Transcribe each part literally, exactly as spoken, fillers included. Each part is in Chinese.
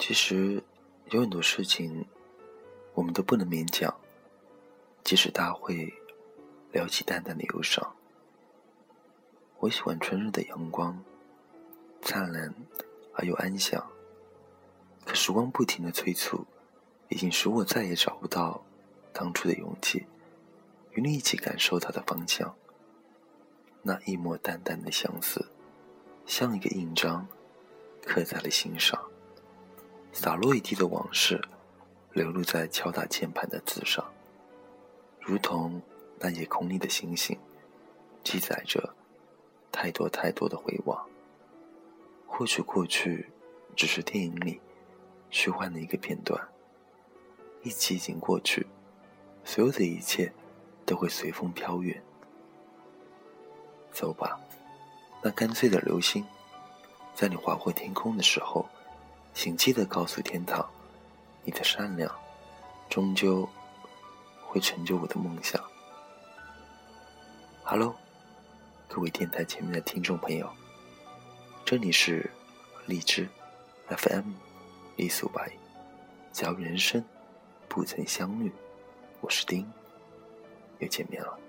其实有很多事情我们都不能勉强，即使大会撩起淡淡的忧伤。我喜欢春日的阳光，灿烂而又安详。可时光不停的催促，已经使我再也找不到当初的勇气，与你一起感受它的方向。那一抹淡淡的相似，像一个印章，刻在了心上，洒落一地的往事，流露在敲打键盘的字上，如同那夜空里的星星，记载着太多太多的回望。或许过去只是电影里虚幻的一个片段，一集已经过去，所有的一切都会随风飘远。走吧，那干脆的流星，在你划过天空的时候，请记得告诉天堂，你的善良终究会成就我的梦想。Hello， 各位电台前面的听众朋友，这里是荔枝 F M 一四五八，假如人生不曾相遇，我是丁，又见面了。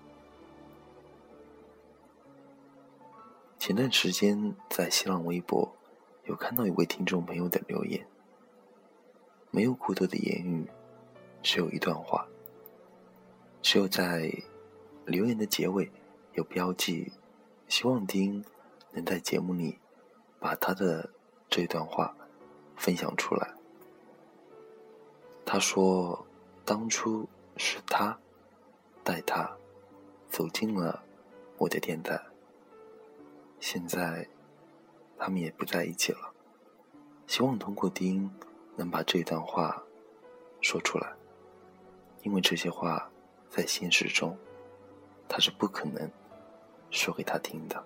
前段时间在新浪微博有看到一位听众朋友的留言，没有过多的言语，只有一段话，只有在留言的结尾有标记，希望丁能在节目里把他的这段话分享出来。他说，当初是他带他走进了我的电台，现在他们也不在一起了，希望通过丁能把这段话说出来，因为这些话在现实中他是不可能说给他听的。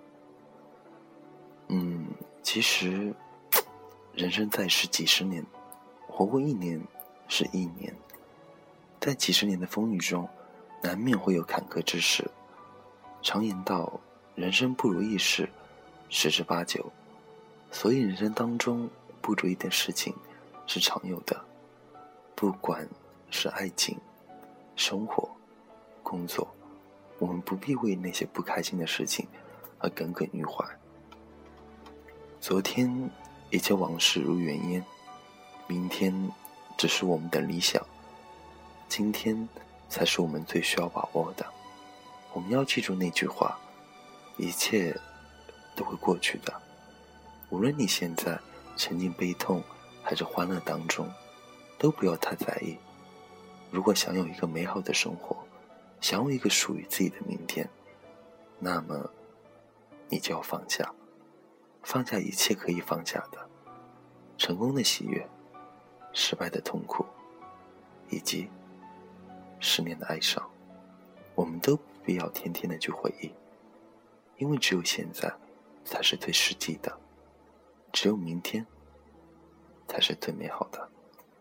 嗯，其实人生在世几十年，活过一年是一年，在几十年的风雨中，难免会有坎坷之事。常言道，人生不如意事十之八九，所以人生当中不如意的事情是常有的。不管是爱情、生活、工作，我们不必为那些不开心的事情而耿耿于怀。昨天一切往事如原烟，明天只是我们的理想，今天才是我们最需要把握的。我们要记住那句话，一切都会过去的。无论你现在沉浸悲痛还是欢乐当中，都不要太在意。如果想有一个美好的生活，想有一个属于自己的明天，那么你就要放下，放下一切可以放下的，成功的喜悦，失败的痛苦，以及十年的哀伤，我们都不必要天天的去回忆，因为只有现在才是最实际的，只有明天才是最美好的。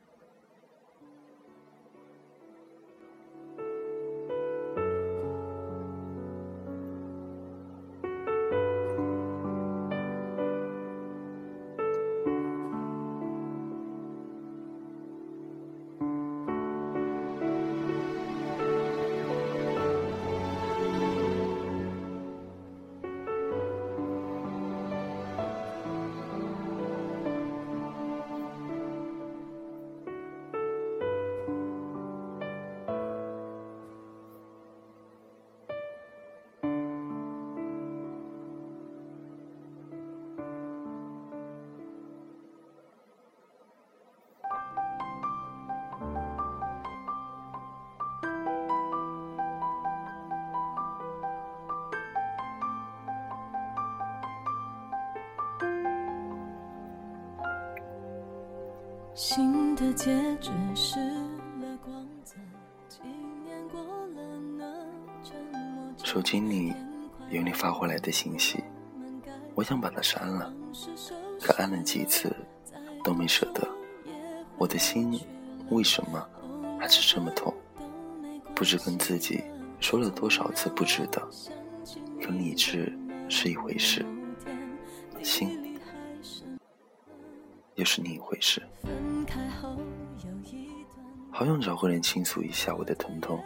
新的结局失了光泽，几年过了呢，沉默着手机里有你发回来的信息，我想把它删了，可按了几次都没舍得。我的心为什么还是这么痛？不知跟自己说了多少次不值得，跟理智是一回事，心又是另一回事。好想找个人倾诉一下我的疼痛，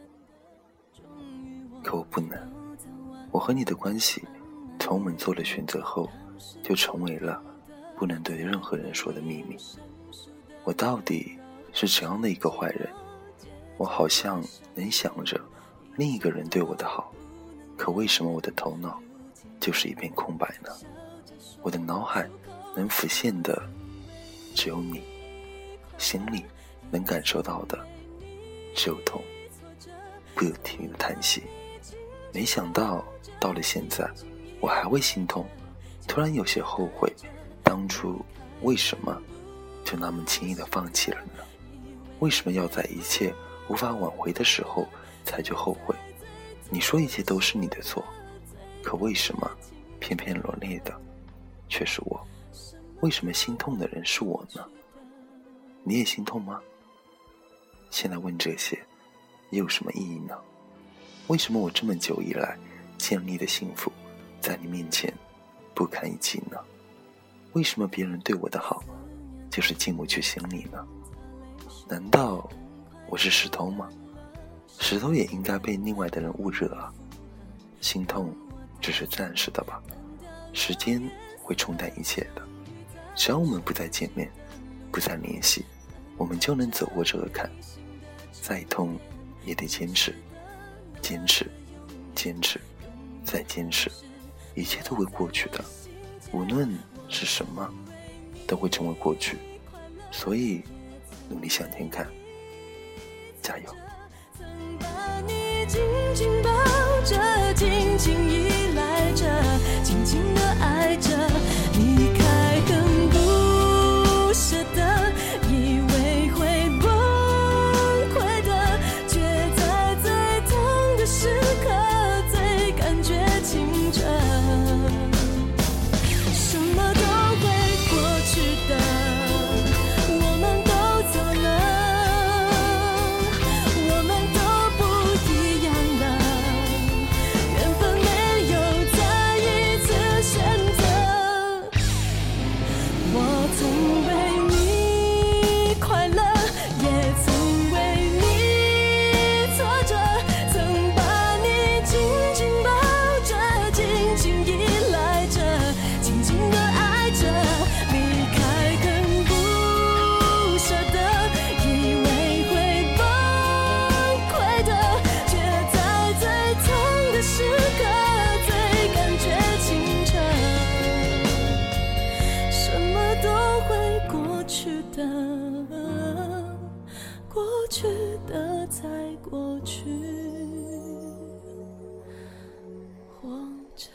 可我不能。我和你的关系从我们做了选择后就成为了不能对任何人说的秘密。我到底是怎样的一个坏人？我好像能想着另一个人对我的好，可为什么我的头脑就是一片空白呢？我的脑海能浮现的只有你，心里能感受到的只有痛，不停的叹息。没想到到了现在我还会心痛，突然有些后悔，当初为什么就那么轻易的放弃了呢？为什么要在一切无法挽回的时候才去后悔？你说一切都是你的错，可为什么偏偏落泪的却是我？为什么心痛的人是我呢？你也心痛吗？现在问这些又有什么意义呢？为什么我这么久以来建立的幸福在你面前不堪一击呢？为什么别人对我的好就是进不去心里呢？难道我是石头吗？石头也应该被另外的人捂热啊。心痛只是暂时的吧，时间会冲淡一切的。只要我们不再见面，不再联系，我们就能走过这个坎。再痛也得坚持，坚持，坚持，再坚持，一切都会过去的。无论是什么都会成为过去，所以努力向前看，加油。 曾把你紧紧抱着，紧紧依赖着，紧紧地爱着，离开很不舍得，以为会崩溃的，却在最痛的时刻最感觉清澈。什么都会过去的，我们都走了，我们都不一样了，缘分没有再一次选择。我曾为你快乐，也曾为你挫折，曾把你紧紧抱着，紧紧依赖着，紧紧地爱着，离开更不舍得，以为会崩溃的，却在最痛的时刻最感觉清澈。什么都会过去的，过去的才过去，活着。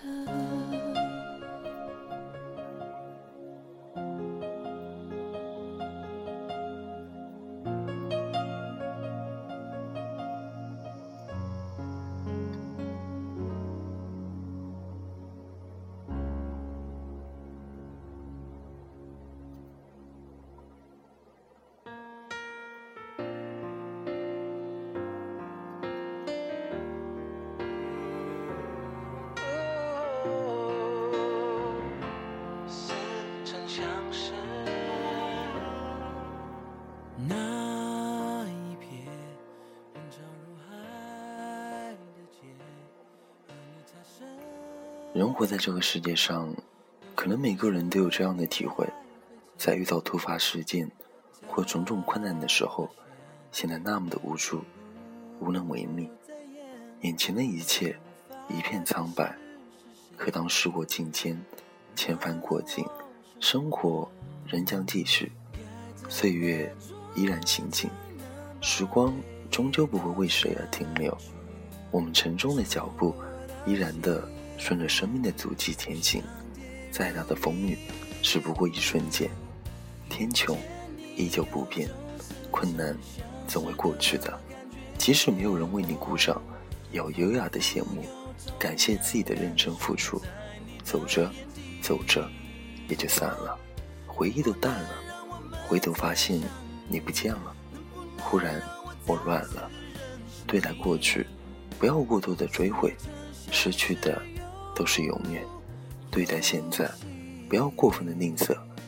那一瞥人潮如海的街，和你擦身。 人活在这个世界上，可能每个人都有这样的体会，在遇到突发事件或种种困难的时候，显得那么的无助，无能为力，眼前的一切一片苍白。可当时过境迁，千帆过尽，生活仍将继续，岁月依然行进，时光终究不会为谁而停留，我们沉重的脚步依然地顺着生命的足迹前行。再大的风雨只不过一瞬间，天穹依旧不变，困难总会过去的。即使没有人为你鼓掌，要优雅的谢幕，感谢自己的认真付出。走着走着也就散了，回忆都淡了，回头发现你不见了，忽然我乱了。对待过去不要过多的追悔，失去的都是永远。对待现在不要过分的吝啬，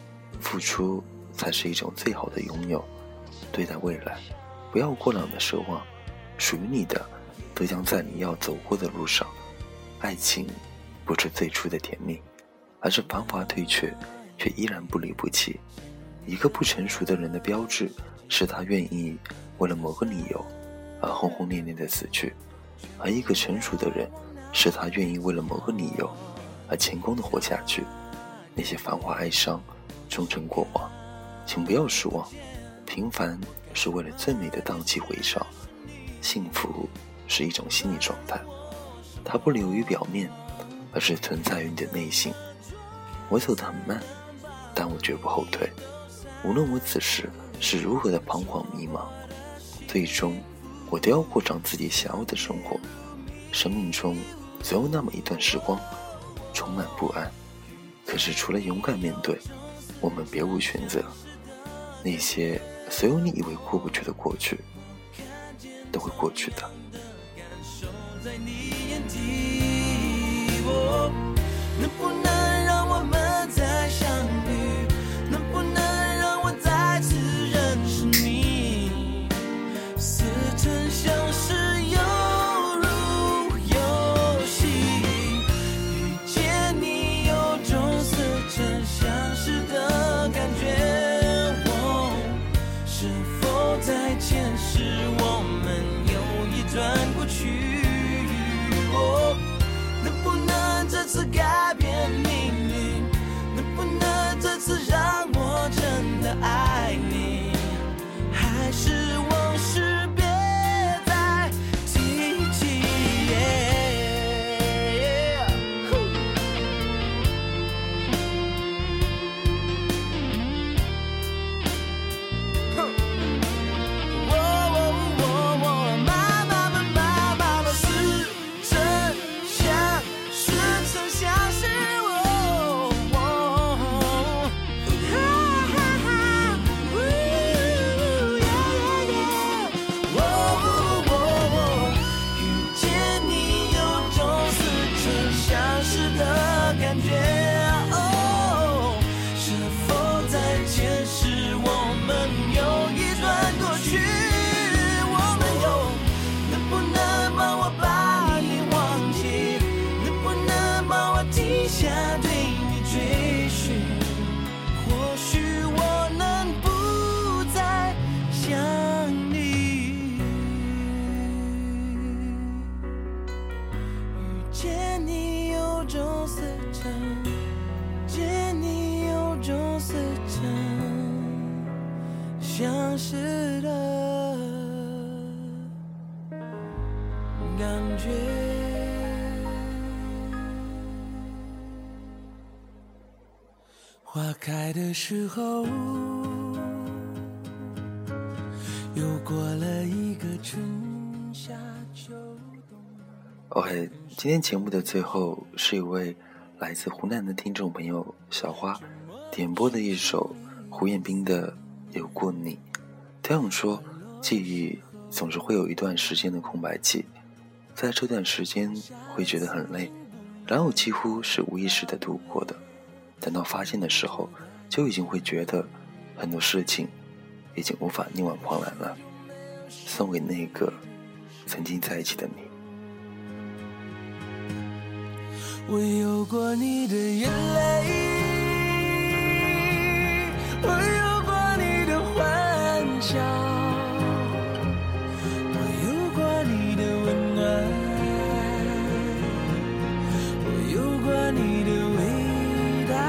付出才是一种最好的拥有。对待未来，不要过量的奢望，属于你的都将在你要走过的路上。爱情不是最初的甜蜜，而是繁华退却却依然不离不弃。一个不成熟的人的标志是他愿意为了某个理由而轰轰烈烈的死去，而一个成熟的人是他愿意为了某个理由而成功的活下去。那些繁华哀伤终成过往，请不要失望。平凡是为了最美的荡气回肠，幸福是一种心理状态，它不流于表面，而是存在于你的内心。我走得很慢，但我绝不后退。无论我此时是如何的彷徨迷茫，最终我都要过上自己想要的生活。生命中总有那么一段时光充满不安，可是除了勇敢面对，我们别无选择。那些所有你以为过不去的过去都会过去的。 在你眼底，我能不能让我们再相遇？能不能让我再次认识你？似曾相识犹如游戏，遇见你有种似曾相识的感觉。我是否在前世我们有一段过去？能不能这次改变命运？能不能这次让我真的爱你？还是往事别再提起、yeah, huh. 我我我我妈妈妈妈妈妈是真相是曾相识我，遇见你有种似曾相识的感觉。是否在前世我们有一段过去？我们有，能不能帮我把你忘记？能不能帮我停下对你追寻？或许我能不再想你。遇见你有种似曾，见你有种似曾相识的感觉。花开的时候，又过了一个春夏秋冬。 OK， 今天节目的最后是一位来自湖南的听众朋友小花点播的一首胡彦斌的《有过你》。他想说，记忆总是会有一段时间的空白期，在这段时间会觉得很累，然后几乎是无意识的度过的。等到发现的时候，就已经会觉得很多事情已经无法力挽狂澜了。送给那个曾经在一起的你。 我有过你的眼泪，我有过你的欢笑，我有过你的温暖，我有过你的味道。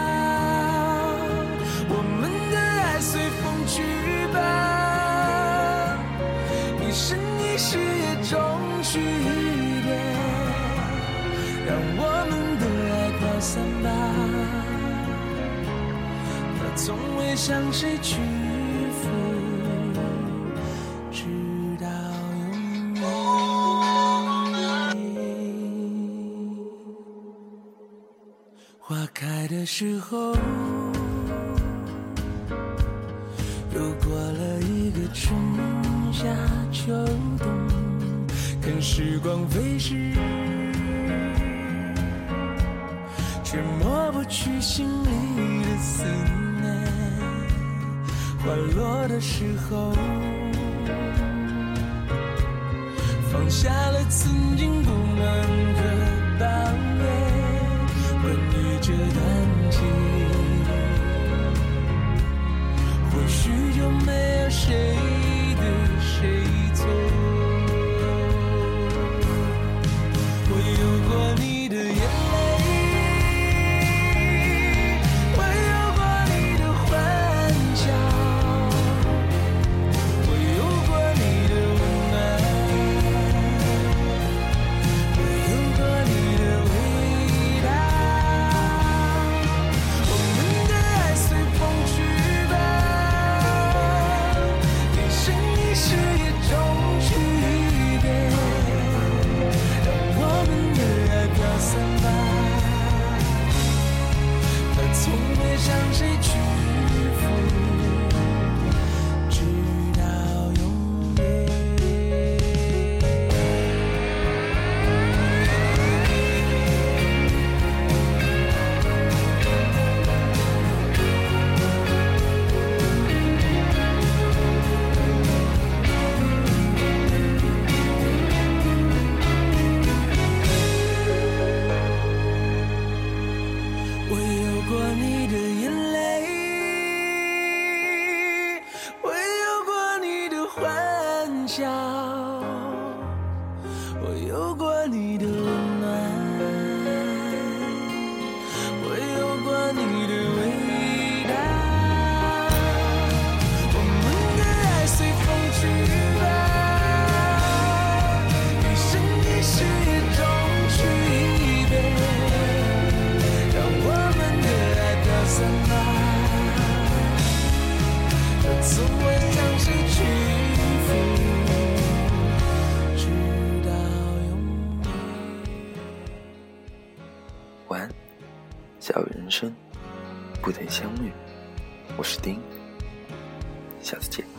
我们的爱随风去吧，一生一世也终须一别，让我们的爱飘散吧，它从未向谁屈服，直到永远。花开的时候，又过了一个春夏秋冬，看时光飞逝，却抹不去心里的思念。 快乐的时候，放下了曾经不能可抱怨，关于这段情，或许就没有谁对谁错。我有过你的眼泪，我有过你的欢笑，我有过你的温暖，我有过你的味道。我们的爱随风去吧，一生一世也终区别，让我们的爱飘散吧，它从未向谁屈服，直到永远。我有过你的眼泪，我有过你的欢笑，我有过你的温暖，我有过你的味道。我们的爱随风去吧，一生一世也终区别，让我们的爱飘散吧，它从未向谁屈服，直到永远。 晚安，小雨人生，不等相遇。我是丁，下次见。